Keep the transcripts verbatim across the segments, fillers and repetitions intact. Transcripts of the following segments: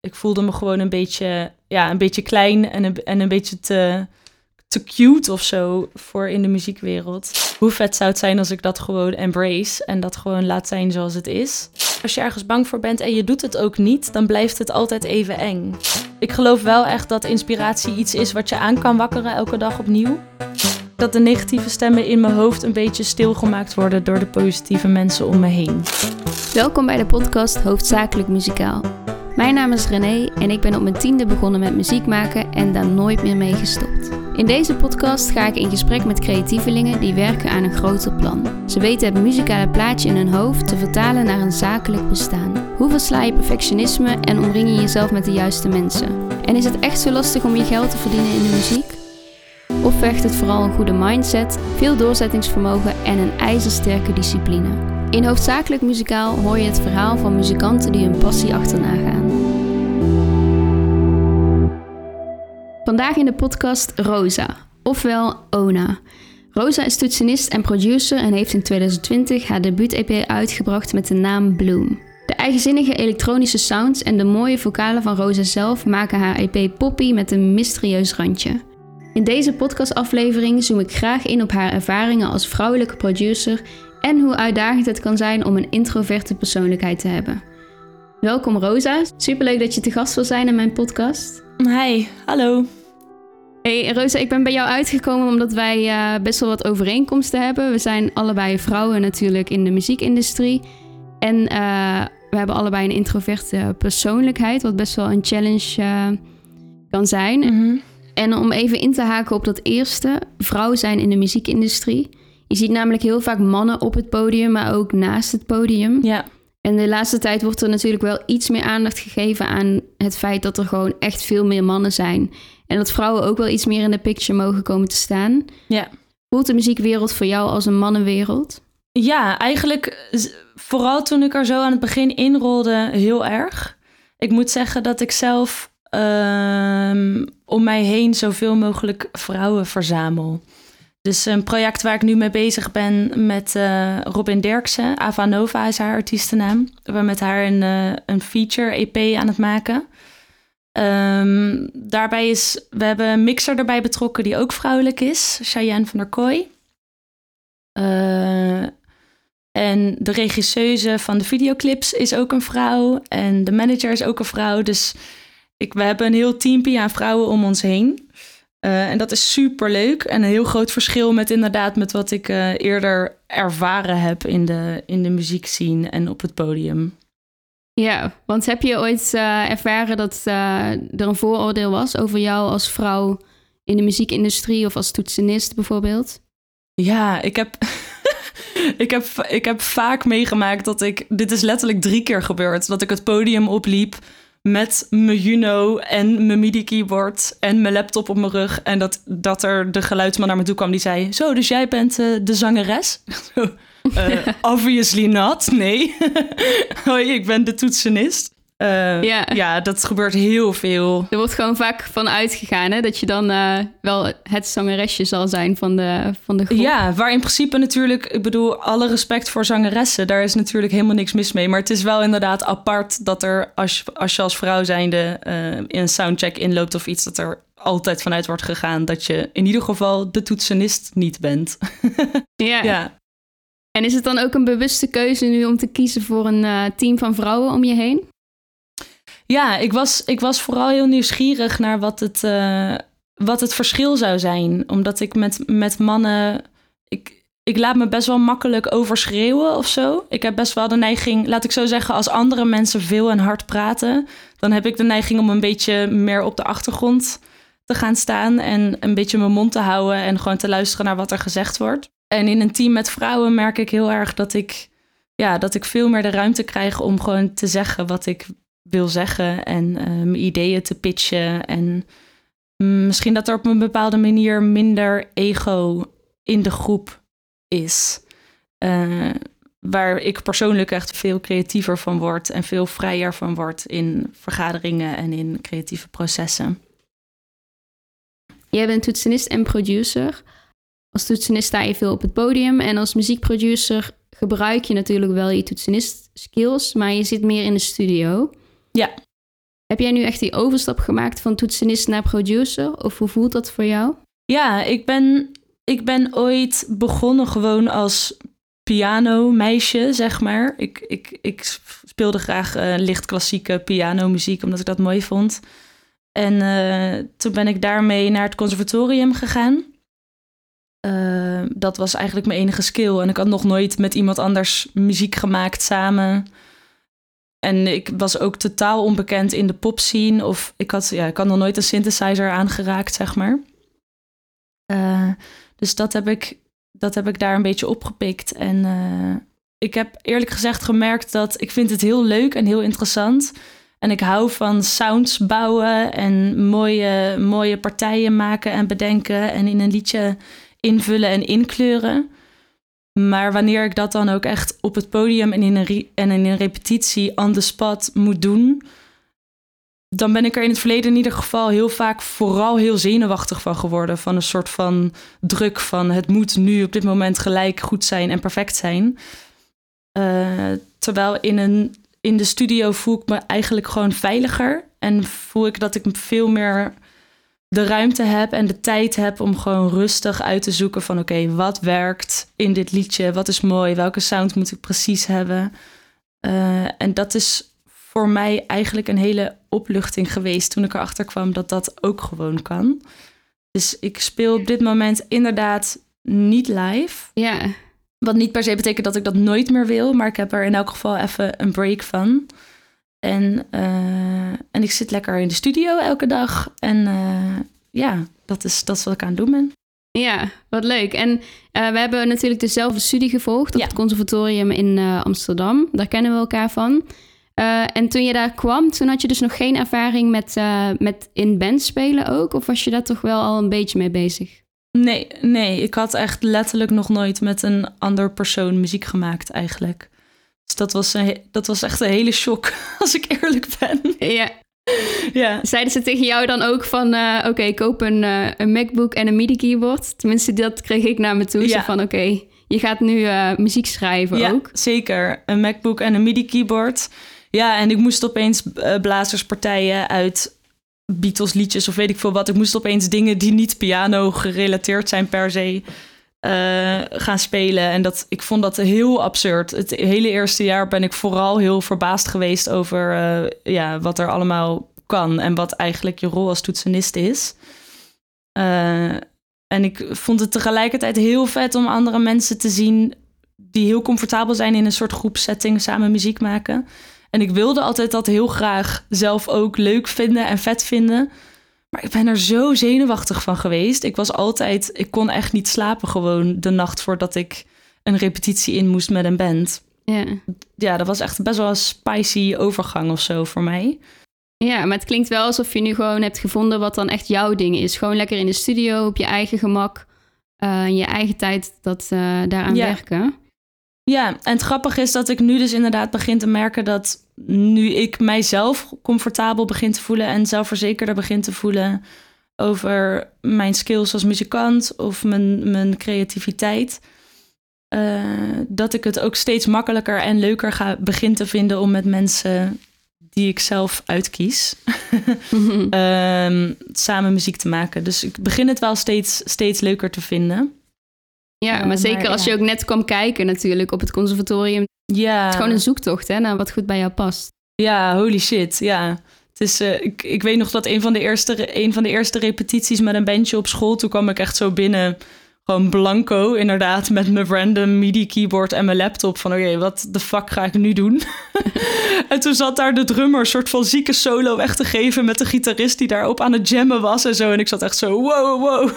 ik voelde me gewoon een beetje, ja, een beetje klein en een, en een beetje te, te cute of zo voor in de muziekwereld. Hoe vet zou het zijn als ik dat gewoon embrace en dat gewoon laat zijn zoals het is. Als je ergens bang voor bent en je doet het ook niet, dan blijft het altijd even eng. Ik geloof wel echt dat inspiratie iets is wat je aan kan wakkeren elke dag opnieuw. Dat de negatieve stemmen in mijn hoofd een beetje stilgemaakt worden door de positieve mensen om me heen. Welkom bij de podcast Hoofdzakelijk Muzikaal. Mijn naam is René en ik ben op mijn tiende begonnen met muziek maken en daar nooit meer mee gestopt. In deze podcast ga ik in gesprek met creatievelingen die werken aan een groter plan. Ze weten het muzikale plaatje in hun hoofd te vertalen naar een zakelijk bestaan. Hoe versla je perfectionisme en omring je jezelf met de juiste mensen? En is het echt zo lastig om je geld te verdienen in de muziek? Of vergt het vooral een goede mindset, veel doorzettingsvermogen en een ijzersterke discipline? In Hoofdzakelijk Muzikaal hoor je het verhaal van muzikanten die hun passie achterna gaan. Vandaag in de podcast Rosa, ofwel Ona. Rosa is toetsenist en producer en heeft in twintig twintig haar debuut-E P uitgebracht met de naam Bloom. De eigenzinnige elektronische sounds en de mooie vocalen van Rosa zelf maken haar E P poppy met een mysterieus randje. In deze podcastaflevering zoom ik graag in op haar ervaringen als vrouwelijke producer en hoe uitdagend het kan zijn om een introverte persoonlijkheid te hebben. Welkom Rosa, superleuk dat je te gast wil zijn in mijn podcast. Hi, hallo. Hey Rosa, ik ben bij jou uitgekomen omdat wij uh, best wel wat overeenkomsten hebben. We zijn allebei vrouwen natuurlijk in de muziekindustrie. En uh, we hebben allebei een introverte persoonlijkheid, wat best wel een challenge uh, kan zijn. Mm-hmm. En om even in te haken op dat eerste, vrouwen zijn in de muziekindustrie. Je ziet namelijk heel vaak mannen op het podium, maar ook naast het podium. Ja. En de laatste tijd wordt er natuurlijk wel iets meer aandacht gegeven aan het feit dat er gewoon echt veel meer mannen zijn. En dat vrouwen ook wel iets meer in de picture mogen komen te staan. Ja. Voelt de muziekwereld voor jou als een mannenwereld? Ja, eigenlijk vooral toen ik er zo aan het begin inrolde, heel erg. Ik moet zeggen dat ik zelf um, om mij heen zoveel mogelijk vrouwen verzamel. Dus een project waar ik nu mee bezig ben met uh, Robin Derksen. Ava Nova is haar artiestennaam. We zijn met haar een, uh, een feature-E P aan het maken. Um, daarbij is, we hebben een mixer erbij betrokken die ook vrouwelijk is. Cheyenne van der Kooi. Uh, en de regisseuse van de videoclips is ook een vrouw. En de manager is ook een vrouw. Dus ik, we hebben een heel teampje aan vrouwen om ons heen. Uh, en dat is super leuk en een heel groot verschil met inderdaad met wat ik uh, eerder ervaren heb in de, in de muziekscene en op het podium. Ja, want heb je ooit uh, ervaren dat uh, er een vooroordeel was over jou als vrouw in de muziekindustrie of als toetsenist bijvoorbeeld? Ja, ik heb, ik heb, ik heb vaak meegemaakt dat ik, dit is letterlijk drie keer gebeurd, dat ik het podium opliep met mijn Juno en mijn MIDI-keyboard en mijn laptop op mijn rug. En dat, dat er de geluidsman naar me toe kwam die zei, zo, dus jij bent uh, de zangeres? uh, obviously not, nee. Hoi, ik ben de toetsenist. Uh, ja. ja, dat gebeurt heel veel. Er wordt gewoon vaak van uitgegaan, hè, dat je dan uh, wel het zangeresje zal zijn van de, van de groep. Ja, waar in principe natuurlijk, ik bedoel, alle respect voor zangeressen, daar is natuurlijk helemaal niks mis mee. Maar het is wel inderdaad apart dat er, als je als, je als vrouw zijnde uh, in een soundcheck inloopt of iets, dat er altijd vanuit wordt gegaan dat je in ieder geval de toetsenist niet bent. Ja. ja. En is het dan ook een bewuste keuze nu om te kiezen voor een uh, team van vrouwen om je heen? Ja, ik was, ik was vooral heel nieuwsgierig naar wat het, uh, wat het verschil zou zijn. Omdat ik met, met mannen... Ik, ik laat me best wel makkelijk overschreeuwen of zo. Ik heb best wel de neiging, laat ik zo zeggen, als andere mensen veel en hard praten, dan heb ik de neiging om een beetje meer op de achtergrond te gaan staan en een beetje mijn mond te houden en gewoon te luisteren naar wat er gezegd wordt. En in een team met vrouwen merk ik heel erg dat ik, ja, dat ik veel meer de ruimte krijg om gewoon te zeggen wat ik wil zeggen en uh, mijn ideeën te pitchen. En mm, misschien dat er op een bepaalde manier minder ego in de groep is. Uh, waar ik persoonlijk echt veel creatiever van word en veel vrijer van word in vergaderingen en in creatieve processen. Jij bent toetsenist en producer. Als toetsenist sta je veel op het podium en als muziekproducer gebruik je natuurlijk wel je toetsenist skills, maar je zit meer in de studio. Ja. Heb jij nu echt die overstap gemaakt van toetsenist naar producer? Of hoe voelt dat voor jou? Ja, ik ben, ik ben ooit begonnen gewoon als pianomeisje, zeg maar. Ik, ik, ik speelde graag uh, licht klassieke pianomuziek, omdat ik dat mooi vond. En uh, toen ben ik daarmee naar het conservatorium gegaan. Uh, dat was eigenlijk mijn enige skill. En ik had nog nooit met iemand anders muziek gemaakt samen. En ik was ook totaal onbekend in de popscene. Of ik had, ja, ik had nog nooit een synthesizer aangeraakt, zeg maar. Uh, dus dat heb ik, dat heb ik daar een beetje opgepikt. En uh, ik heb eerlijk gezegd gemerkt dat ik vind het heel leuk en heel interessant. En ik hou van sounds bouwen en mooie, mooie partijen maken en bedenken. En in een liedje invullen en inkleuren. Maar wanneer ik dat dan ook echt op het podium en in een, re- en in een repetitie on the spot moet doen, dan ben ik er in het verleden in ieder geval heel vaak vooral heel zenuwachtig van geworden. Van een soort van druk van het moet nu op dit moment gelijk goed zijn en perfect zijn. Uh, terwijl in, een, in de studio voel ik me eigenlijk gewoon veiliger. En voel ik dat ik veel meer de ruimte heb en de tijd heb om gewoon rustig uit te zoeken van oké, okay, wat werkt in dit liedje? Wat is mooi? Welke sound moet ik precies hebben? Uh, en dat is voor mij eigenlijk een hele opluchting geweest toen ik erachter kwam dat dat ook gewoon kan. Dus ik speel op dit moment inderdaad niet live. Ja. Wat niet per se betekent dat ik dat nooit meer wil, maar ik heb er in elk geval even een break van. En, uh, en ik zit lekker in de studio elke dag. En uh, ja, dat is, dat is wat ik aan het doen ben. Ja, wat leuk. En uh, we hebben natuurlijk dezelfde studie gevolgd op ja. het conservatorium in uh, Amsterdam. Daar kennen we elkaar van. Uh, en toen je daar kwam, toen had je dus nog geen ervaring met, uh, met in band spelen ook? Of was je daar toch wel al een beetje mee bezig? Nee, nee, ik had echt letterlijk nog nooit met een ander persoon muziek gemaakt eigenlijk. Dus dat was, een, dat was echt een hele shock, als ik eerlijk ben. Ja. Ja. Zeiden ze tegen jou dan ook van, uh, oké, okay, koop een, uh, een MacBook en een MIDI-keyboard? Tenminste, dat kreeg ik naar me toe. Ja. Zo van, oké, okay, je gaat nu uh, muziek schrijven ja, ook. Zeker. Een MacBook en een MIDI-keyboard. Ja, en ik moest opeens uh, blazerspartijen uit Beatles liedjes of weet ik veel wat. Ik moest opeens dingen die niet piano gerelateerd zijn per se uh, gaan spelen. En dat, ik vond dat heel absurd. Het hele eerste jaar ben ik vooral heel verbaasd geweest over uh, ja, wat er allemaal kan. En wat eigenlijk je rol als toetsenist is. Uh, en ik vond het tegelijkertijd heel vet om andere mensen te zien die heel comfortabel zijn in een soort groepsetting, samen muziek maken. En ik wilde altijd dat heel graag zelf ook leuk vinden en vet vinden. Maar ik ben er zo zenuwachtig van geweest. Ik was altijd, ik kon echt niet slapen gewoon de nacht voordat ik een repetitie in moest met een band. Ja, ja dat was echt best wel een spicy overgang of zo voor mij. Ja, maar het klinkt wel alsof je nu gewoon hebt gevonden wat dan echt jouw ding is. Gewoon lekker in de studio, op je eigen gemak, uh, in je eigen tijd dat uh, daaraan ja. werken. Ja, en het grappige is dat ik nu dus inderdaad begin te merken dat nu ik mijzelf comfortabel begin te voelen en zelfverzekerder begin te voelen over mijn skills als muzikant of mijn, mijn creativiteit, uh, dat ik het ook steeds makkelijker en leuker ga begin te vinden om met mensen die ik zelf uitkies mm-hmm. um, samen muziek te maken. Dus ik begin het wel steeds, steeds leuker te vinden. Ja, maar uh, zeker maar, als ja. je ook net kwam kijken natuurlijk op het conservatorium. Ja. Het is gewoon een zoektocht hè, naar wat goed bij jou past. Ja, holy shit, ja. Het is, uh, ik, ik weet nog dat een van, de eerste, een van de eerste repetities met een bandje op school, toen kwam ik echt zo binnen, gewoon blanco inderdaad, met mijn random MIDI-keyboard en mijn laptop. Van oké, okay, wat de fuck ga ik nu doen? En toen zat daar de drummer een soort van zieke solo weg te geven met de gitarist die daarop aan het jammen was en zo. En ik zat echt zo, wow, wow.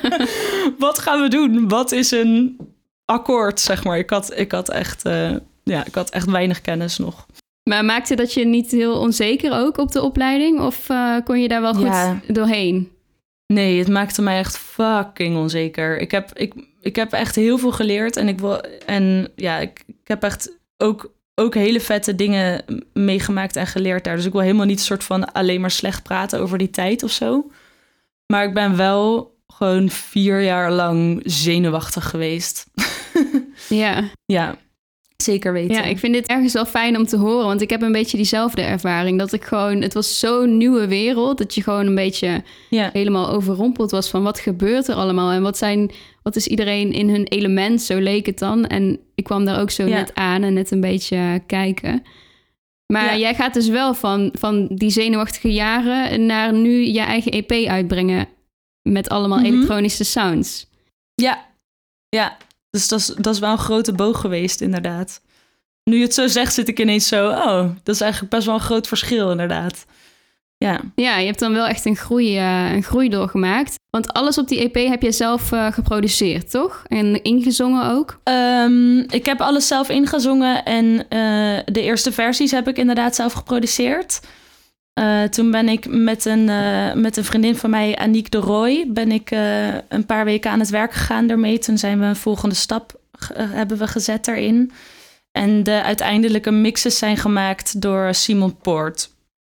Wat gaan we doen? Wat is een akkoord, zeg maar? Ik had, ik had, echt, uh, ja, ik had echt weinig kennis nog. Maar maakte dat je niet heel onzeker ook op de opleiding? Of uh, kon je daar wel goed ja. doorheen? Nee, het maakte mij echt fucking onzeker. Ik heb, ik, ik heb echt heel veel geleerd. En ik, wil, en ja, ik, ik heb echt ook, ook hele vette dingen meegemaakt en geleerd daar. Dus ik wil helemaal niet een soort van alleen maar slecht praten over die tijd of zo. Maar ik ben wel gewoon vier jaar lang zenuwachtig geweest. Ja. Ja. Zeker weten. Ja, ik vind dit ergens wel fijn om te horen, want ik heb een beetje diezelfde ervaring. Dat ik gewoon, het was zo'n nieuwe wereld, dat je gewoon een beetje ja. helemaal overrompeld was van wat gebeurt er allemaal en wat zijn, wat is iedereen in hun element, zo leek het dan. En ik kwam daar ook zo ja. net aan en net een beetje kijken. Maar ja. jij gaat dus wel van, van die zenuwachtige jaren naar nu je eigen E P uitbrengen met allemaal mm-hmm. elektronische sounds. Ja, ja. Dus dat is, dat is wel een grote boog geweest, inderdaad. Nu je het zo zegt, zit ik ineens zo... oh, dat is eigenlijk best wel een groot verschil, inderdaad. Ja, ja je hebt dan wel echt een groei, uh, een groei doorgemaakt. Want alles op die E P heb je zelf uh, geproduceerd, toch? En ingezongen ook? Um, ik heb alles zelf ingezongen. En uh, de eerste versies heb ik inderdaad zelf geproduceerd. Uh, toen ben ik met een, uh, met een vriendin van mij, Aniek de Roy... ben ik uh, een paar weken aan het werk gegaan daarmee. Toen zijn we een volgende stap uh, hebben we gezet daarin. En de uiteindelijke mixes zijn gemaakt door Simon Poort.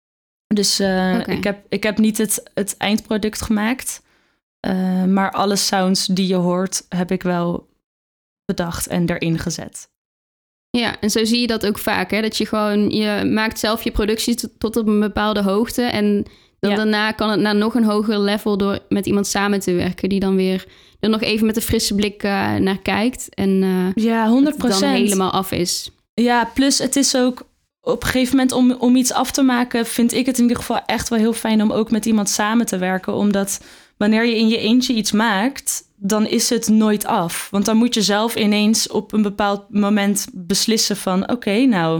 Dus uh, okay. ik, heb, ik heb niet het, het eindproduct gemaakt... Uh, maar alle sounds die je hoort heb ik wel bedacht en erin gezet. Ja, en zo zie je dat ook vaak, hè? Dat je gewoon, je maakt zelf je productie tot, tot op een bepaalde hoogte. En dan ja. daarna kan het naar nog een hoger level door met iemand samen te werken. Die dan weer er nog even met een frisse blik uh, naar kijkt. En uh, ja, honderd procent. dan helemaal af is. Ja, plus het is ook op een gegeven moment om, om iets af te maken... vind ik het in ieder geval echt wel heel fijn om ook met iemand samen te werken. Omdat wanneer je in je eentje iets maakt... dan is het nooit af. Want dan moet je zelf ineens op een bepaald moment beslissen van... oké, okay, nou,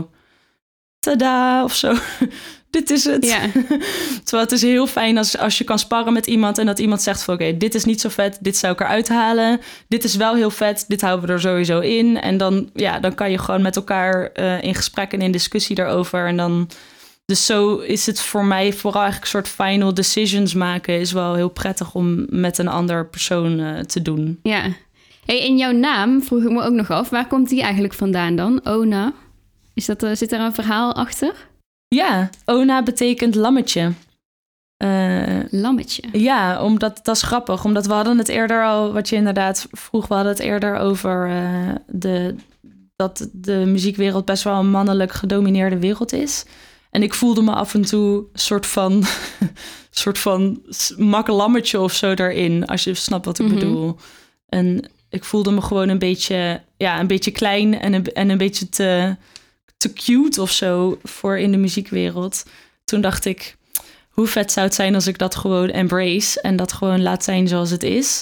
tada, of zo. Dit is het. Ja. Terwijl het is heel fijn als, als je kan sparren met iemand... en dat iemand zegt van oké, okay, dit is niet zo vet, dit zou ik eruit halen. Dit is wel heel vet, dit houden we er sowieso in. En dan, ja, dan kan je gewoon met elkaar uh, in gesprek en in discussie daarover. En dan... Dus zo is het voor mij vooral eigenlijk een soort final decisions maken... is wel heel prettig om met een ander persoon uh, te doen. Ja. Hey, in jouw naam vroeg ik me ook nog af. Waar komt die eigenlijk vandaan dan? Ona. Is dat, uh, zit er een verhaal achter? Ja, Ona betekent lammetje. Uh, lammetje? Ja, omdat dat is grappig. Omdat we hadden het eerder al... wat je inderdaad vroeg, we hadden het eerder over... Uh, de, dat de muziekwereld best wel een mannelijk gedomineerde wereld is... En ik voelde me af en toe een soort van, soort van makkelammetje of zo daarin, als je snapt wat ik mm-hmm. bedoel. En ik voelde me gewoon een beetje, ja, een beetje klein en een, en een beetje te, te cute of zo voor in de muziekwereld. Toen dacht ik, hoe vet zou het zijn als ik dat gewoon embrace en dat gewoon laat zijn zoals het is.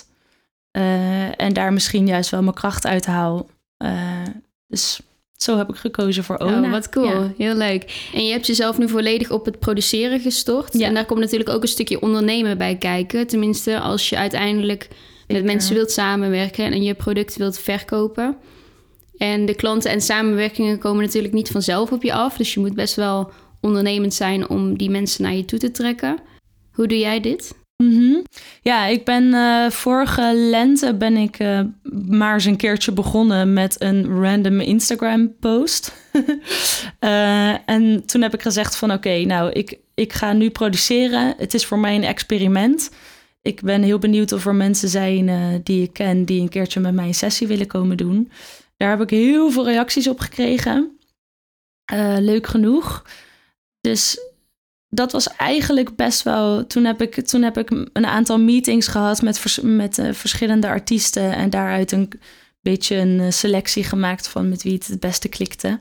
Uh, en daar misschien juist wel mijn kracht uit haal. Uh, dus... Zo heb ik gekozen voor Ona. Oh, wat cool. Ja. Heel leuk. En je hebt jezelf nu volledig op het produceren gestort. Ja. En daar komt natuurlijk ook een stukje ondernemen bij kijken. Tenminste, als je uiteindelijk Zeker. met mensen wilt samenwerken... en je product wilt verkopen. En de klanten en samenwerkingen komen natuurlijk niet vanzelf op je af. Dus je moet best wel ondernemend zijn om die mensen naar je toe te trekken. Hoe doe jij dit? Mm-hmm. Ja, ik ben uh, vorige lente ben ik uh, maar eens een keertje begonnen met een random Instagram post. uh, en toen heb ik gezegd van oké, okay, nou ik, ik ga nu produceren. Het is voor mij een experiment. Ik ben heel benieuwd of er mensen zijn uh, die ik ken die een keertje met mij een sessie willen komen doen. Daar heb ik heel veel reacties op gekregen. Uh, leuk genoeg. Dus dat was eigenlijk best wel... Toen heb ik, toen heb ik een aantal meetings gehad met, vers, met uh, verschillende artiesten... en daaruit een beetje een selectie gemaakt van met wie het het beste klikte.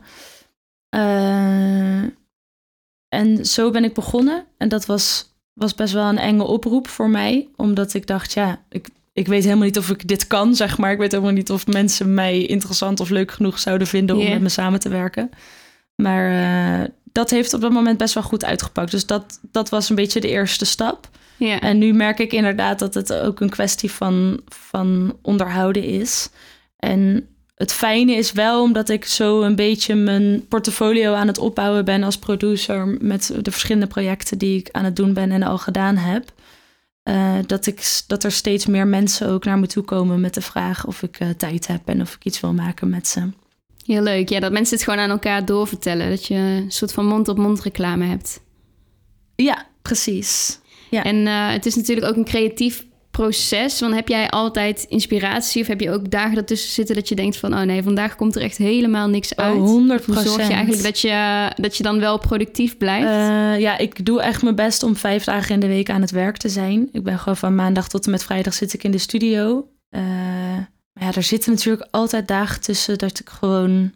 Uh, en zo ben ik begonnen. En dat was, was best wel een enge oproep voor mij. Omdat ik dacht, ja, ik, ik weet helemaal niet of ik dit kan, zeg maar. Ik weet helemaal niet of mensen mij interessant of leuk genoeg zouden vinden... Yeah. om met me samen te werken. Maar... Uh, dat heeft op dat moment best wel goed uitgepakt. Dus dat, dat was een beetje de eerste stap. Ja. En nu merk ik inderdaad dat het ook een kwestie van, van onderhouden is. En het fijne is wel, omdat ik zo een beetje mijn portfolio aan het opbouwen ben als producer... met de verschillende projecten die ik aan het doen ben en al gedaan heb... Uh, dat, ik, dat er steeds meer mensen ook naar me toe komen met de vraag of ik uh, tijd heb... en of ik iets wil maken met ze. Heel leuk. Ja, dat mensen het gewoon aan elkaar doorvertellen. Dat je een soort van mond-op-mond reclame hebt. Ja, precies. Ja. En uh, het is natuurlijk ook een creatief proces? Want heb jij altijd inspiratie of heb je ook dagen ertussen zitten dat je denkt van, oh nee, vandaag komt er echt helemaal niks uit? Oh, honderd procent. Hoe zorg je eigenlijk dat je, dat je dan wel productief blijft? Uh, ja, ik doe echt mijn best om vijf dagen in de week aan het werk te zijn. Ik ben gewoon van maandag tot en met vrijdag zit ik in de studio. Uh, maar ja, er zitten natuurlijk altijd dagen tussen dat ik gewoon,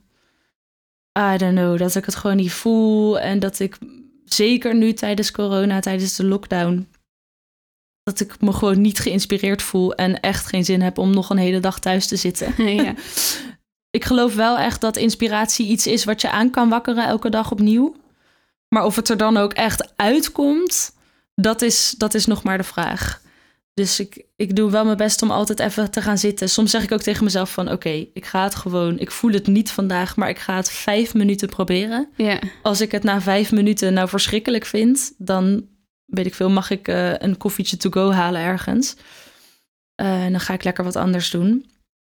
I don't know, dat ik het gewoon niet voel. En dat ik, zeker nu tijdens corona, tijdens de lockdown, dat ik me gewoon niet geïnspireerd voel en echt geen zin heb om nog een hele dag thuis te zitten. Ja. Ik geloof wel echt dat inspiratie iets is wat je aan kan wakkeren elke dag opnieuw. Maar of het er dan ook echt uitkomt, dat is, dat is nog maar de vraag. Dus ik, ik doe wel mijn best om altijd even te gaan zitten. Soms zeg ik ook tegen mezelf van, oké, okay, ik ga het gewoon, ik voel het niet vandaag, maar ik ga het vijf minuten proberen. Ja. Als ik het na vijf minuten nou verschrikkelijk vind, dan weet ik veel, mag ik uh, een koffietje to go halen ergens. Uh, en dan ga ik lekker wat anders doen.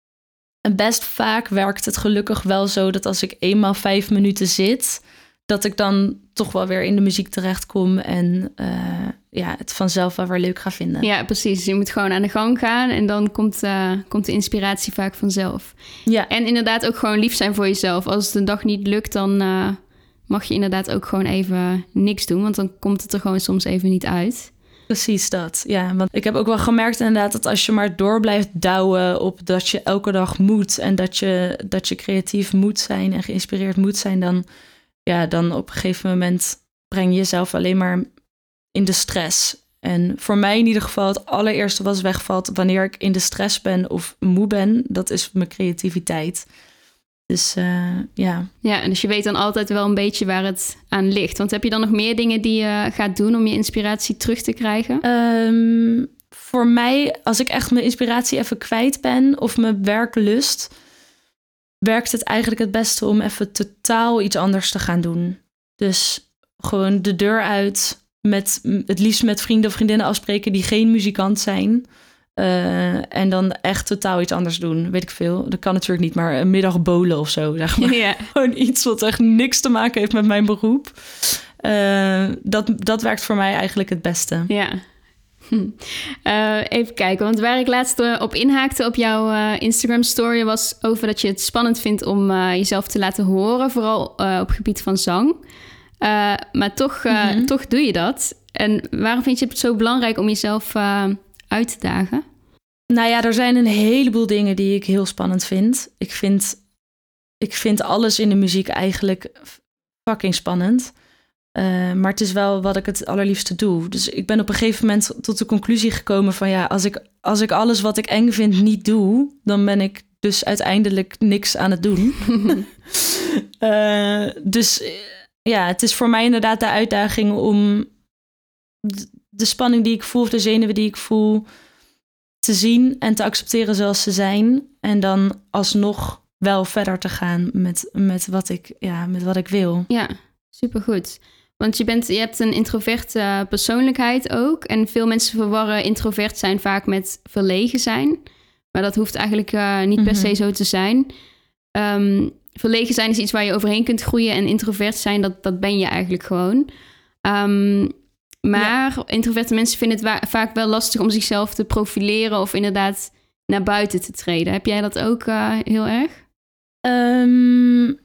En best vaak werkt het gelukkig wel zo dat als ik eenmaal vijf minuten zit, dat ik dan toch wel weer in de muziek terechtkom en uh, ja, het vanzelf wel weer leuk ga vinden. Ja, precies. Je moet gewoon aan de gang gaan en dan komt, uh, komt de inspiratie vaak vanzelf. Ja. En inderdaad ook gewoon lief zijn voor jezelf. Als het een dag niet lukt, dan uh, mag je inderdaad ook gewoon even niks doen, want dan komt het er gewoon soms even niet uit. Precies dat, ja. Want ik heb ook wel gemerkt inderdaad dat als je maar door blijft douwen op dat je elke dag moet en dat je, dat je creatief moet zijn en geïnspireerd moet zijn, dan, ja, dan op een gegeven moment breng je jezelf alleen maar in de stress. En voor mij in ieder geval het allereerste wat wegvalt wanneer ik in de stress ben of moe ben, dat is mijn creativiteit. Dus uh, ja. Ja, en dus je weet dan altijd wel een beetje waar het aan ligt. Want heb je dan nog meer dingen die je gaat doen om je inspiratie terug te krijgen? Um, voor mij, als ik echt mijn inspiratie even kwijt ben of mijn werklust, werkt het eigenlijk het beste om even totaal iets anders te gaan doen. Dus gewoon de deur uit, met het liefst met vrienden of vriendinnen afspreken die geen muzikant zijn. Uh, en dan echt totaal iets anders doen, weet ik veel. Dat kan natuurlijk niet, maar een middag bowlen of zo, zeg maar. Ja. Gewoon iets wat echt niks te maken heeft met mijn beroep. Uh, dat, dat werkt voor mij eigenlijk het beste. Ja. Hm. Uh, even kijken, want waar ik laatst op inhaakte op jouw uh, Instagram story was over dat je het spannend vindt om uh, jezelf te laten horen, vooral uh, op het gebied van zang. Uh, maar toch, uh, mm-hmm. toch doe je dat. En waarom vind je het zo belangrijk om jezelf uh, uit te dagen? Nou ja, er zijn een heleboel dingen die ik heel spannend vind. Ik vind, ik vind alles in de muziek eigenlijk fucking spannend. Uh, maar het is wel wat ik het allerliefste doe. Dus ik ben op een gegeven moment tot de conclusie gekomen van ja, als ik, als ik alles wat ik eng vind niet doe, dan ben ik dus uiteindelijk niks aan het doen. uh, dus ja, het is voor mij inderdaad de uitdaging om de spanning die ik voel of de zenuwen die ik voel te zien en te accepteren zoals ze zijn. En dan alsnog wel verder te gaan met, met, wat, ik, ja, met wat ik wil. Ja, supergoed. Want je, bent, je hebt een introverte persoonlijkheid ook. En veel mensen verwarren introvert zijn vaak met verlegen zijn. Maar dat hoeft eigenlijk uh, niet per se zo te zijn. Um, verlegen zijn is iets waar je overheen kunt groeien. En introvert zijn, dat, dat ben je eigenlijk gewoon. Um, maar ja. Introverte mensen vinden het wa- vaak wel lastig om zichzelf te profileren of inderdaad naar buiten te treden. Heb jij dat ook uh, heel erg? Um,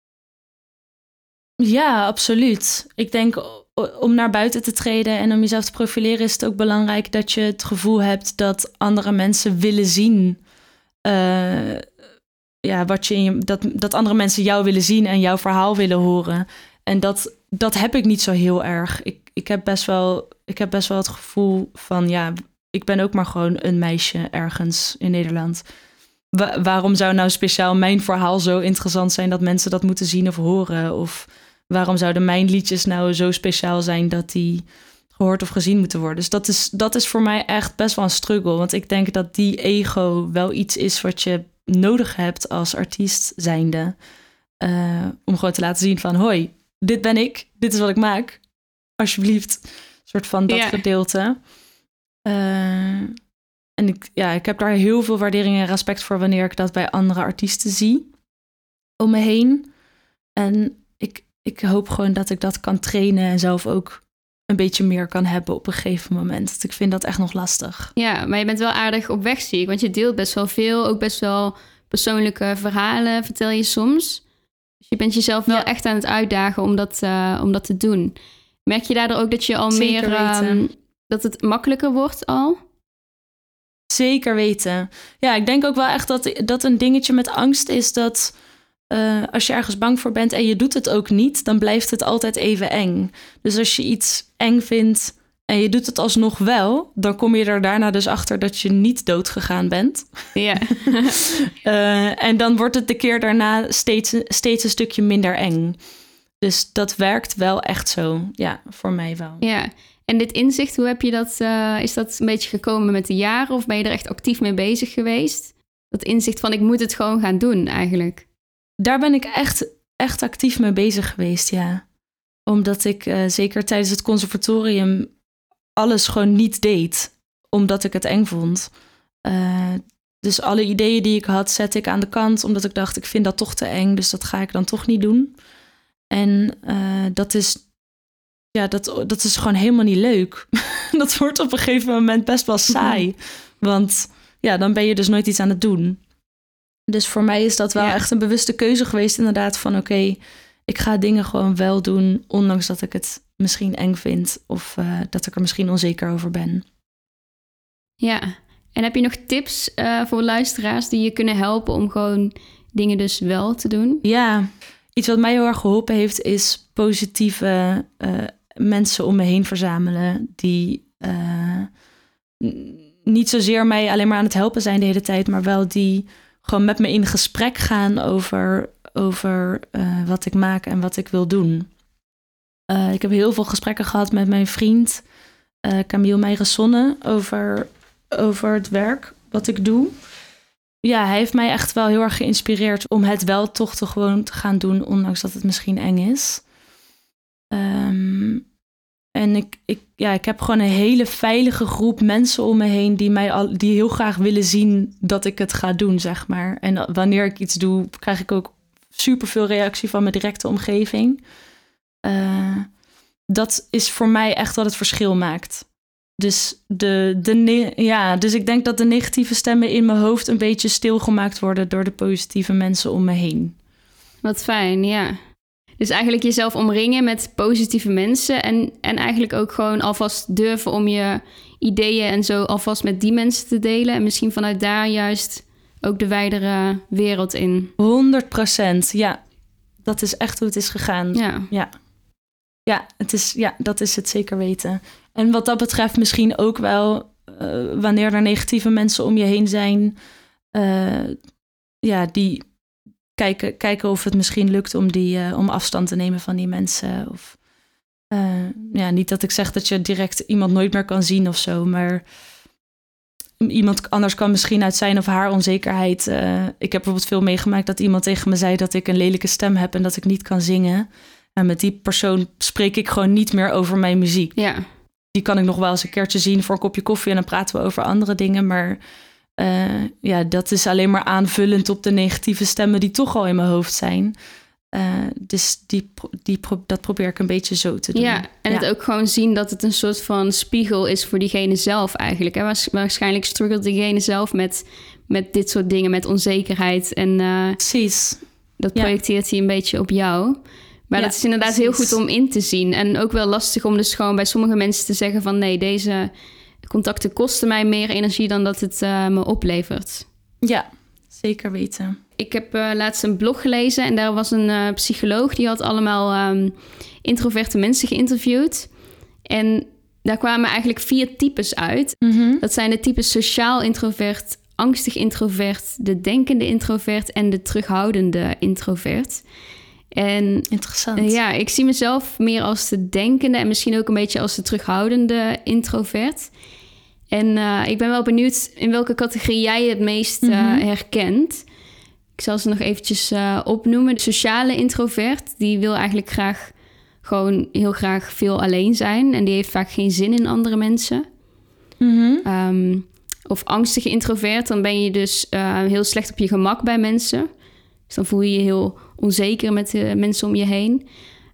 ja, absoluut. Ik denk om naar buiten te treden en om jezelf te profileren is het ook belangrijk dat je het gevoel hebt dat andere mensen willen zien. Uh, ja, wat je in je, dat, dat andere mensen jou willen zien en jouw verhaal willen horen. En dat, dat heb ik niet zo heel erg. Ik, ik, heb best wel, ik heb best wel het gevoel van ja, ik ben ook maar gewoon een meisje ergens in Nederland. Wa- waarom zou nou speciaal mijn verhaal zo interessant zijn dat mensen dat moeten zien of horen? Of waarom zouden mijn liedjes nou zo speciaal zijn dat die gehoord of gezien moeten worden? Dus dat is, dat is voor mij echt best wel een struggle. Want ik denk dat die ego wel iets is wat je nodig hebt als artiest zijnde. Uh, om gewoon te laten zien van hoi, dit ben ik, dit is wat ik maak. Alsjeblieft, een soort van dat yeah. gedeelte. Uh, en ik, ja, ik heb daar heel veel waardering en respect voor wanneer ik dat bij andere artiesten zie om me heen. En ik, ik hoop gewoon dat ik dat kan trainen en zelf ook een beetje meer kan hebben op een gegeven moment. Want ik vind dat echt nog lastig. Ja, maar je bent wel aardig op weg, zie ik. Want je deelt best wel veel, ook best wel persoonlijke verhalen, vertel je soms. Dus je bent jezelf wel ja. echt aan het uitdagen om dat, uh, om dat te doen. Merk je daardoor ook dat je al Zeker meer... Um, dat het makkelijker wordt al? Zeker weten. Ja, ik denk ook wel echt dat, dat een dingetje met angst is dat... Uh, als je ergens bang voor bent en je doet het ook niet... dan blijft het altijd even eng. Dus als je iets eng vindt en je doet het alsnog wel... dan kom je er daarna dus achter dat je niet doodgegaan bent. Ja. uh, en dan wordt het de keer daarna steeds, steeds een stukje minder eng. Dus dat werkt wel echt zo. Ja, voor mij wel. Ja, en dit inzicht, hoe heb je dat... Uh, is dat een beetje gekomen met de jaren... of ben je er echt actief mee bezig geweest? Dat inzicht van ik moet het gewoon gaan doen eigenlijk. Daar ben ik echt, echt actief mee bezig geweest, ja. Omdat ik uh, zeker tijdens het conservatorium alles gewoon niet deed. Omdat ik het eng vond. Uh, dus alle ideeën die ik had, zette ik aan de kant. Omdat ik dacht, ik vind dat toch te eng. Dus dat ga ik dan toch niet doen. En uh, dat is... Ja, dat, dat is gewoon helemaal niet leuk. Dat wordt op een gegeven moment best wel saai. Mm-hmm. Want ja, dan ben je dus nooit iets aan het doen. Dus voor mij is dat wel ja. echt een bewuste keuze geweest inderdaad van oké, okay, ik ga dingen gewoon wel doen, ondanks dat ik het misschien eng vind of uh, dat ik er misschien onzeker over ben. Ja, en heb je nog tips uh, voor luisteraars die je kunnen helpen om gewoon dingen dus wel te doen? Ja, iets wat mij heel erg geholpen heeft is positieve uh, mensen om me heen verzamelen die uh, niet zozeer mij alleen maar aan het helpen zijn de hele tijd, maar wel die gewoon met me in gesprek gaan over, over uh, wat ik maak en wat ik wil doen. Uh, ik heb heel veel gesprekken gehad met mijn vriend uh, Camille Meijerssonne over, over het werk wat ik doe. Ja, hij heeft mij echt wel heel erg geïnspireerd om het wel toch te gewoon te gaan doen, ondanks dat het misschien eng is. Um, en ik, ik, ja, ik heb gewoon een hele veilige groep mensen om me heen die mij al, die heel graag willen zien dat ik het ga doen, zeg maar. En wanneer ik iets doe, krijg ik ook superveel reactie van mijn directe omgeving. Uh, dat is voor mij echt wat het verschil maakt. Dus, de, de ne- ja, dus ik denk dat de negatieve stemmen in mijn hoofd een beetje stilgemaakt worden door de positieve mensen om me heen. Wat fijn, ja. Dus eigenlijk jezelf omringen met positieve mensen en, en eigenlijk ook gewoon alvast durven om je ideeën en zo alvast met die mensen te delen. En misschien vanuit daar juist ook de wijdere wereld in. honderd procent, ja. Dat is echt hoe het is gegaan. Ja, ja. Ja, het is, ja, dat is het zeker weten. En wat dat betreft misschien ook wel uh, wanneer er negatieve mensen om je heen zijn, uh, ja, die kijken, kijken of het misschien lukt om, die, uh, om afstand te nemen van die mensen. Of, uh, ja, niet dat ik zeg dat je direct iemand nooit meer kan zien of zo, maar iemand anders kan misschien uit zijn of haar onzekerheid. Uh, ik heb bijvoorbeeld veel meegemaakt dat iemand tegen me zei dat ik een lelijke stem heb en dat ik niet kan zingen. En met die persoon spreek ik gewoon niet meer over mijn muziek. Ja. Die kan ik nog wel eens een keertje zien voor een kopje koffie en dan praten we over andere dingen. Maar uh, ja, dat is alleen maar aanvullend op de negatieve stemmen die toch al in mijn hoofd zijn. Uh, dus die, die, dat probeer ik een beetje zo te doen. Ja, en ja. Het ook gewoon zien dat het een soort van spiegel is voor diegene zelf eigenlijk. Hè? Waarschijnlijk struggelt diegene zelf met, met dit soort dingen, met onzekerheid. En uh, precies. Dat projecteert ja. hij een beetje op jou. Maar ja, dat is inderdaad precies. heel goed om in te zien. En ook wel lastig om dus gewoon bij sommige mensen te zeggen van nee, deze contacten kosten mij meer energie dan dat het uh, me oplevert. Ja, zeker weten. Ik heb uh, laatst een blog gelezen en daar was een uh, psycholoog die had allemaal um, introverte mensen geïnterviewd. En daar kwamen eigenlijk vier types uit. Mm-hmm. Dat zijn de types sociaal introvert, angstig introvert, de denkende introvert en de terughoudende introvert. En interessant. Ja, ik zie mezelf meer als de denkende en misschien ook een beetje als de terughoudende introvert. En uh, ik ben wel benieuwd in welke categorie jij het meest uh, mm-hmm. herkent. Ik zal ze nog eventjes uh, opnoemen. De sociale introvert, die wil eigenlijk graag gewoon heel graag veel alleen zijn. En die heeft vaak geen zin in andere mensen. Mm-hmm. Um, of angstige introvert, dan ben je dus uh, heel slecht op je gemak bij mensen. Dus dan voel je je heel onzeker met de mensen om je heen.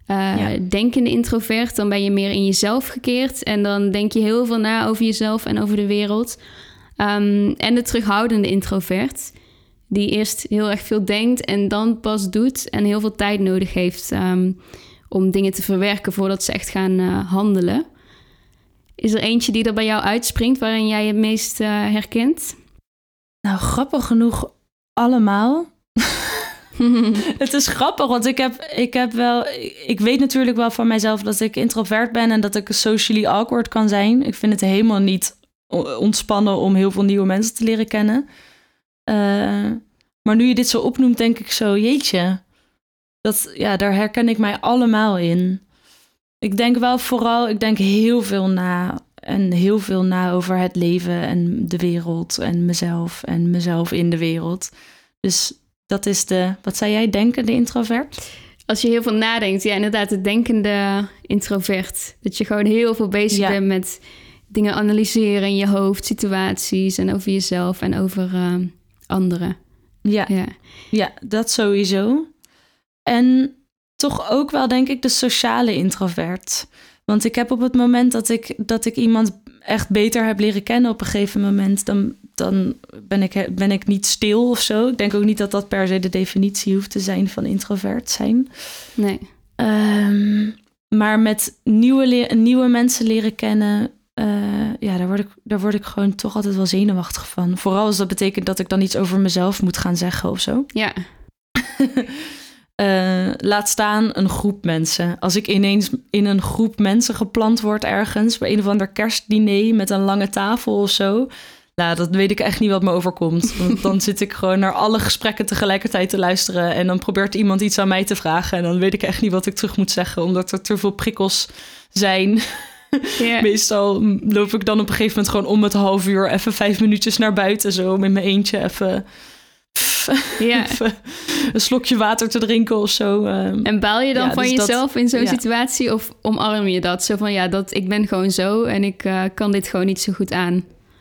uh, ja. denkende introvert. Dan ben je meer in jezelf gekeerd. En dan denk je heel veel na over jezelf en over de wereld. Um, en de terughoudende introvert. Die eerst heel erg veel denkt en dan pas doet. En heel veel tijd nodig heeft um, om dingen te verwerken voordat ze echt gaan uh, handelen. Is er eentje die er bij jou uitspringt waarin jij het meest uh, herkent? Nou, grappig genoeg allemaal. Het is grappig, want ik heb, ik heb wel... Ik weet natuurlijk wel van mijzelf dat ik introvert ben en dat ik socially awkward kan zijn. Ik vind het helemaal niet ontspannen om heel veel nieuwe mensen te leren kennen. Uh, maar nu je dit zo opnoemt, denk ik zo, jeetje. Dat, ja, daar herken ik mij allemaal in. Ik denk wel vooral, ik denk heel veel na. En heel veel na over het leven en de wereld en mezelf en mezelf in de wereld. Dus dat is de, wat zei jij, denkende introvert? Als je heel veel nadenkt, ja, inderdaad, de denkende introvert. Dat je gewoon heel veel bezig ja. bent met dingen analyseren in je hoofd, situaties en over jezelf en over uh, anderen. Ja. Ja. ja, dat sowieso. En toch ook wel, denk ik, de sociale introvert. Want ik heb op het moment dat ik, dat ik iemand echt beter heb leren kennen op een gegeven moment, dan, dan ben, ik, ben ik niet stil of zo. Ik denk ook niet dat dat per se de definitie hoeft te zijn van introvert zijn. Nee. Um, maar met nieuwe, le- nieuwe mensen leren kennen, uh, ja, daar word, ik, daar word ik gewoon toch altijd wel zenuwachtig van. Vooral als dat betekent dat ik dan iets over mezelf moet gaan zeggen of zo. Ja. Uh, laat staan een groep mensen. Als ik ineens in een groep mensen geplant word ergens, bij een of ander kerstdiner met een lange tafel of zo, nou, dat weet ik echt niet wat me overkomt. Want dan zit ik gewoon naar alle gesprekken tegelijkertijd te luisteren en dan probeert iemand iets aan mij te vragen en dan weet ik echt niet wat ik terug moet zeggen, omdat er te veel prikkels zijn. Yeah. Meestal loop ik dan op een gegeven moment gewoon om het half uur even vijf minuutjes naar buiten, zo met mijn eentje even... Ja. Even een slokje water te drinken of zo. Um, en baal je dan ja, van dus jezelf dat, in zo'n ja. situatie of omarm je dat? Zo van ja, dat, ik ben gewoon zo en ik uh, kan dit gewoon niet zo goed aan.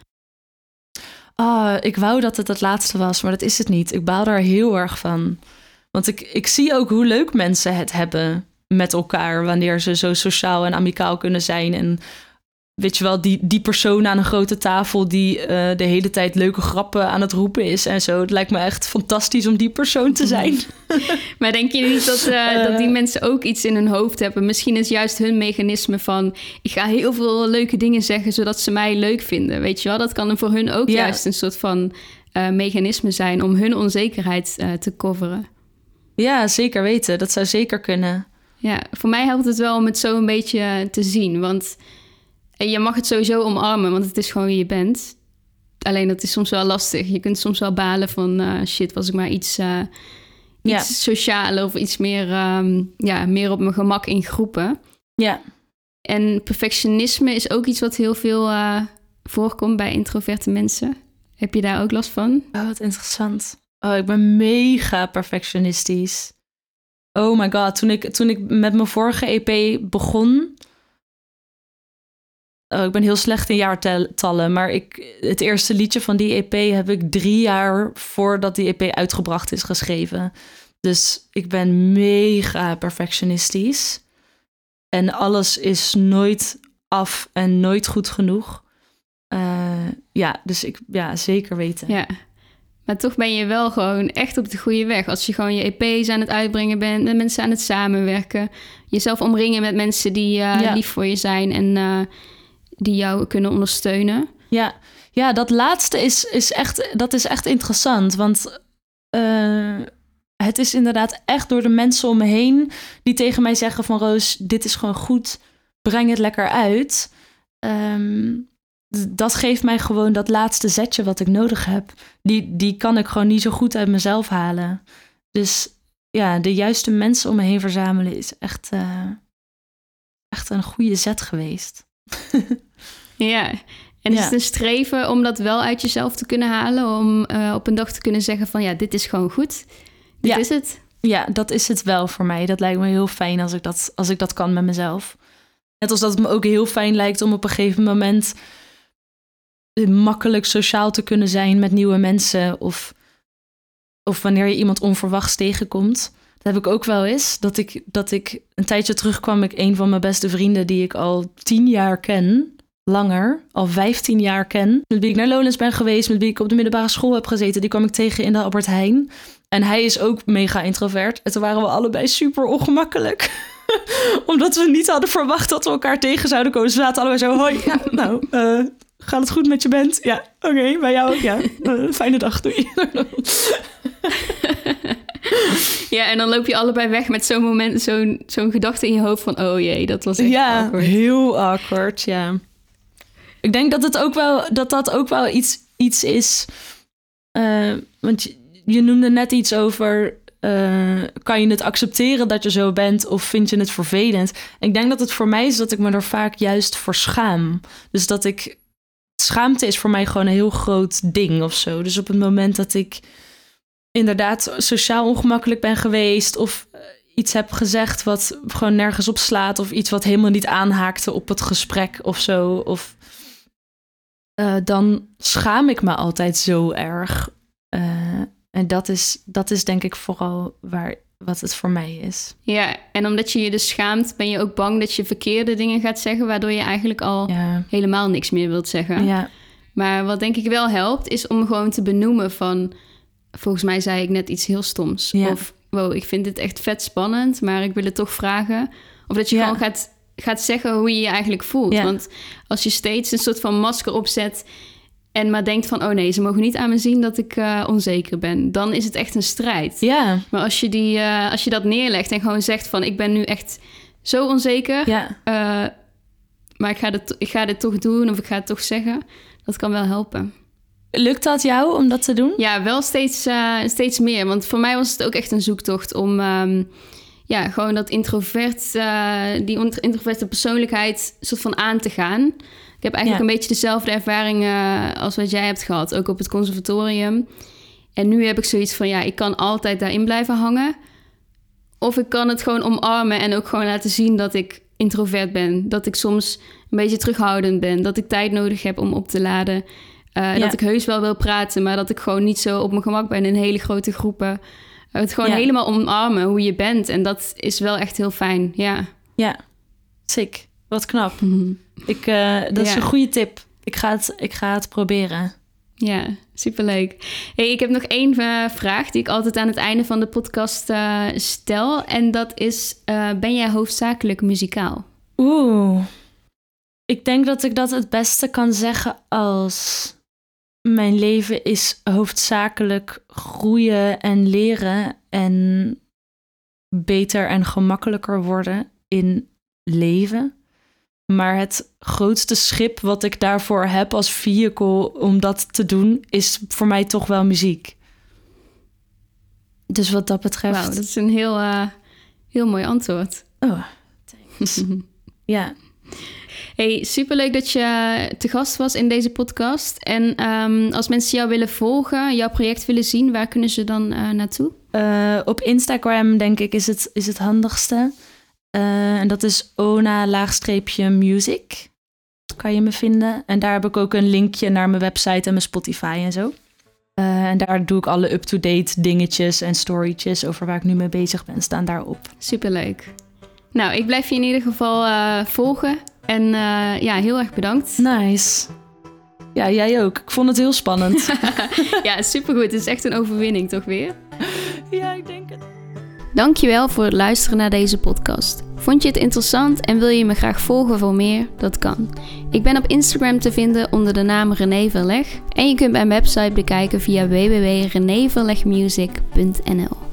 Ah, ik wou dat het het laatste was, maar dat is het niet. Ik baal daar heel erg van. Want ik, ik zie ook hoe leuk mensen het hebben met elkaar wanneer ze zo sociaal en amicaal kunnen zijn. En weet je wel, die, die persoon aan een grote tafel die uh, de hele tijd leuke grappen aan het roepen is en zo. Het lijkt me echt fantastisch om die persoon te zijn. Maar denk je niet dat, uh, uh, dat die mensen ook iets in hun hoofd hebben? Misschien is juist hun mechanisme van, ik ga heel veel leuke dingen zeggen zodat ze mij leuk vinden. Weet je wel, dat kan voor hun ook ja. juist een soort van uh, mechanisme zijn om hun onzekerheid uh, te coveren. Ja, zeker weten. Dat zou zeker kunnen. Ja, voor mij helpt het wel om het zo een beetje te zien, want en je mag het sowieso omarmen, want het is gewoon wie je bent. Alleen dat is soms wel lastig. Je kunt soms wel balen van uh, shit, was ik maar iets, uh, iets ja. socialer of iets meer, um, ja, meer op mijn gemak in groepen. Ja. En perfectionisme is ook iets wat heel veel uh, voorkomt bij introverte mensen. Heb je daar ook last van? Oh, wat interessant. Oh, ik ben mega perfectionistisch. Oh my god, toen ik, toen ik met mijn vorige E P begon... Oh, ik ben heel slecht in jaartallen, maar ik, het eerste liedje van die E P heb ik drie jaar voordat die E P uitgebracht is geschreven. Dus ik ben mega perfectionistisch. En alles is nooit af en nooit goed genoeg. Uh, ja, dus ik, ja, zeker weten. Ja, maar toch ben je wel gewoon echt op de goede weg. Als je gewoon je E P's aan het uitbrengen bent, met mensen aan het samenwerken. Jezelf omringen met mensen die uh, ja. lief voor je zijn en uh, die jou kunnen ondersteunen. Ja, ja, dat laatste is, is, echt, dat is echt interessant. Want uh, het is inderdaad echt door de mensen om me heen die tegen mij zeggen van Roos, dit is gewoon goed, breng het lekker uit. Um, dat geeft mij gewoon dat laatste zetje wat ik nodig heb. Die, die kan ik gewoon niet zo goed uit mezelf halen. Dus ja, de juiste mensen om me heen verzamelen is echt, uh, echt een goede zet geweest. Ja, en is ja. het een streven om dat wel uit jezelf te kunnen halen? Om uh, op een dag te kunnen zeggen van ja, dit is gewoon goed. Dit ja. is het. Ja, dat is het wel voor mij. Dat lijkt me heel fijn als ik dat, als ik dat kan met mezelf. Net als dat het me ook heel fijn lijkt om op een gegeven moment makkelijk sociaal te kunnen zijn met nieuwe mensen. Of, of wanneer je iemand onverwachts tegenkomt. Dat heb ik ook wel eens. Dat ik, dat ik een tijdje terug kwam ik een van mijn beste vrienden die ik al tien jaar ken. Langer, al vijftien jaar ken. Met wie ik naar Lowlands ben geweest, met wie ik op de middelbare school heb gezeten. Die kwam ik tegen in de Albert Heijn. En hij is ook mega introvert. En toen waren we allebei super ongemakkelijk. Omdat we niet hadden verwacht dat we elkaar tegen zouden komen. Dus we zaten allebei zo, hoi, ja, nou, uh, gaat het goed met je band? Ja, oké, okay, bij jou ook, ja. Uh, fijne dag, doei. Ja, en dan loop je allebei weg met zo'n moment, zo'n, zo'n gedachte in je hoofd van, oh jee, dat was echt ja, awkward. Heel awkward, ja. Ik denk dat het ook wel, dat dat ook wel iets, iets is. Uh, want je, je noemde net iets over, uh, kan je het accepteren dat je zo bent of vind je het vervelend? En ik denk dat het voor mij is dat ik me er vaak juist voor schaam. Dus dat ik, schaamte is voor mij gewoon een heel groot ding of zo. Dus op het moment dat ik inderdaad sociaal ongemakkelijk ben geweest of iets heb gezegd wat gewoon nergens op slaat of iets wat helemaal niet aanhaakte op het gesprek of zo, of uh, dan schaam ik me altijd zo erg. Uh, en dat is, dat is denk ik vooral waar, wat het voor mij is. Ja, en omdat je je dus schaamt, ben je ook bang dat je verkeerde dingen gaat zeggen, waardoor je eigenlijk al ja. helemaal niks meer wilt zeggen. Ja. Maar wat denk ik wel helpt, is om gewoon te benoemen van, volgens mij zei ik net iets heel stoms. Ja. Of, wow, ik vind dit echt vet spannend, maar ik wil het toch vragen. Of dat je ja. gewoon gaat, gaat zeggen hoe je je eigenlijk voelt. Ja. Want als je steeds een soort van masker opzet en maar denkt van, oh nee, ze mogen niet aan me zien dat ik uh, onzeker ben, dan is het echt een strijd. Ja. Maar als je, die, uh, als je dat neerlegt en gewoon zegt van, ik ben nu echt zo onzeker, ja. uh, maar ik ga, dit, ik ga dit toch doen of ik ga het toch zeggen, dat kan wel helpen. Lukt dat jou om dat te doen? Ja, wel steeds, uh, steeds meer. Want voor mij was het ook echt een zoektocht om um, ja, gewoon dat introvert, uh, die introverte persoonlijkheid soort van aan te gaan. Ik heb eigenlijk ja. een beetje dezelfde ervaring uh, als wat jij hebt gehad, ook op het conservatorium. En nu heb ik zoiets van, ja, ik kan altijd daarin blijven hangen. Of ik kan het gewoon omarmen en ook gewoon laten zien dat ik introvert ben. Dat ik soms een beetje terughoudend ben. Dat ik tijd nodig heb om op te laden. Uh, ja. Dat ik heus wel wil praten, maar dat ik gewoon niet zo op mijn gemak ben in hele grote groepen. Uh, het gewoon ja. helemaal omarmen hoe je bent. En dat is wel echt heel fijn, ja. Ja, sick. Wat knap. Mm-hmm. Ik, uh, dat is ja. een goede tip. Ik ga het, ik ga het proberen. Ja, superleuk. Hey, ik heb nog één uh, vraag die ik altijd aan het einde van de podcast uh, stel. En dat is, uh, ben jij hoofdzakelijk muzikaal? Oeh. Ik denk dat ik dat het beste kan zeggen als mijn leven is hoofdzakelijk groeien en leren en beter en gemakkelijker worden in leven. Maar het grootste schip wat ik daarvoor heb als vehicle om dat te doen, is voor mij toch wel muziek. Dus wat dat betreft... Wauw, dat is een heel, uh, heel mooi antwoord. Oh, thanks. Ja. Hey, superleuk dat je te gast was in deze podcast. En um, als mensen jou willen volgen, jouw project willen zien, waar kunnen ze dan uh, naartoe? Uh, op Instagram, denk ik, is het, is het handigste. Uh, en dat is ona-music. Kan je me vinden. En daar heb ik ook een linkje naar mijn website en mijn Spotify en zo. Uh, en daar doe ik alle up-to-date dingetjes en storytjes over waar ik nu mee bezig ben, staan daarop. Superleuk. Nou, ik blijf je in ieder geval uh, volgen. En uh, ja, heel erg bedankt. Nice. Ja, jij ook. Ik vond het heel spannend. Ja, supergoed. Het is echt een overwinning, toch weer? Ja, ik denk het. Dankjewel voor het luisteren naar deze podcast. Vond je het interessant en wil je me graag volgen voor meer? Dat kan. Ik ben op Instagram te vinden onder de naam René Verleg. En je kunt mijn website bekijken via w w w punt rené verleg music punt n l.